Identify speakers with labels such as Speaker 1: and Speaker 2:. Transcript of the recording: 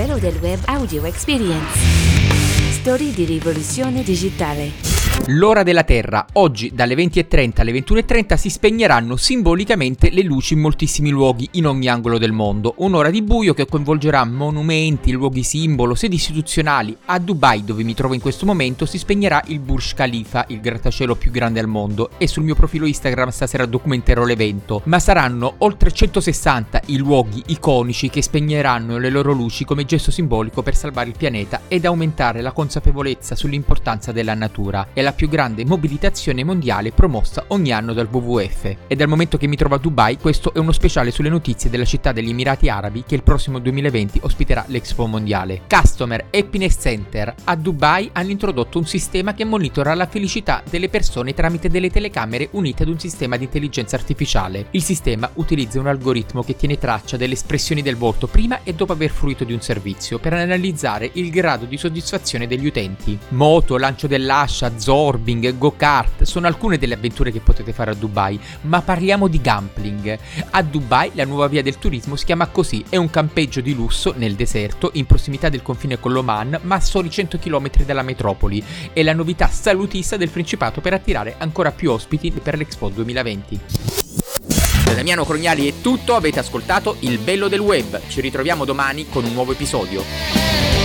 Speaker 1: Bello del Web Audio Experience. Storie di rivoluzione digitale.
Speaker 2: L'ora della Terra. Oggi dalle 20:30 alle 21:30 si spegneranno simbolicamente le luci in moltissimi luoghi in ogni angolo del mondo. Un'ora di buio che coinvolgerà monumenti, luoghi simbolo, sedi istituzionali. A Dubai, dove mi trovo in questo momento, si spegnerà il Burj Khalifa, il grattacielo più grande al mondo, e sul mio profilo Instagram stasera documenterò l'evento. Ma saranno oltre 160 i luoghi iconici che spegneranno le loro luci come gesto simbolico per salvare il pianeta ed aumentare la consapevolezza sull'importanza della natura. È la più grande mobilitazione mondiale promossa ogni anno dal WWF. E dal momento che mi trovo a Dubai, questo è uno speciale sulle notizie della città degli Emirati Arabi che il prossimo 2020 ospiterà l'Expo Mondiale. Customer Happiness Center. A Dubai hanno introdotto un sistema che monitora la felicità delle persone tramite delle telecamere unite ad un sistema di intelligenza artificiale. Il sistema utilizza un algoritmo che tiene traccia delle espressioni del volto prima e dopo aver fruito di un servizio per analizzare il grado di soddisfazione degli utenti. Moto, lancio dell'ascia, zorbing, go-kart sono alcune delle avventure che potete fare a Dubai, ma parliamo di gambling. A Dubai la nuova via del turismo si chiama così, è un campeggio di lusso nel deserto in prossimità del confine con l'Oman, ma a soli 100 km dalla metropoli. È la novità salutista del Principato per attirare ancora più ospiti per l'Expo 2020. Da Damiano Crognali è tutto, avete ascoltato Il Bello del Web, ci ritroviamo domani con un nuovo episodio.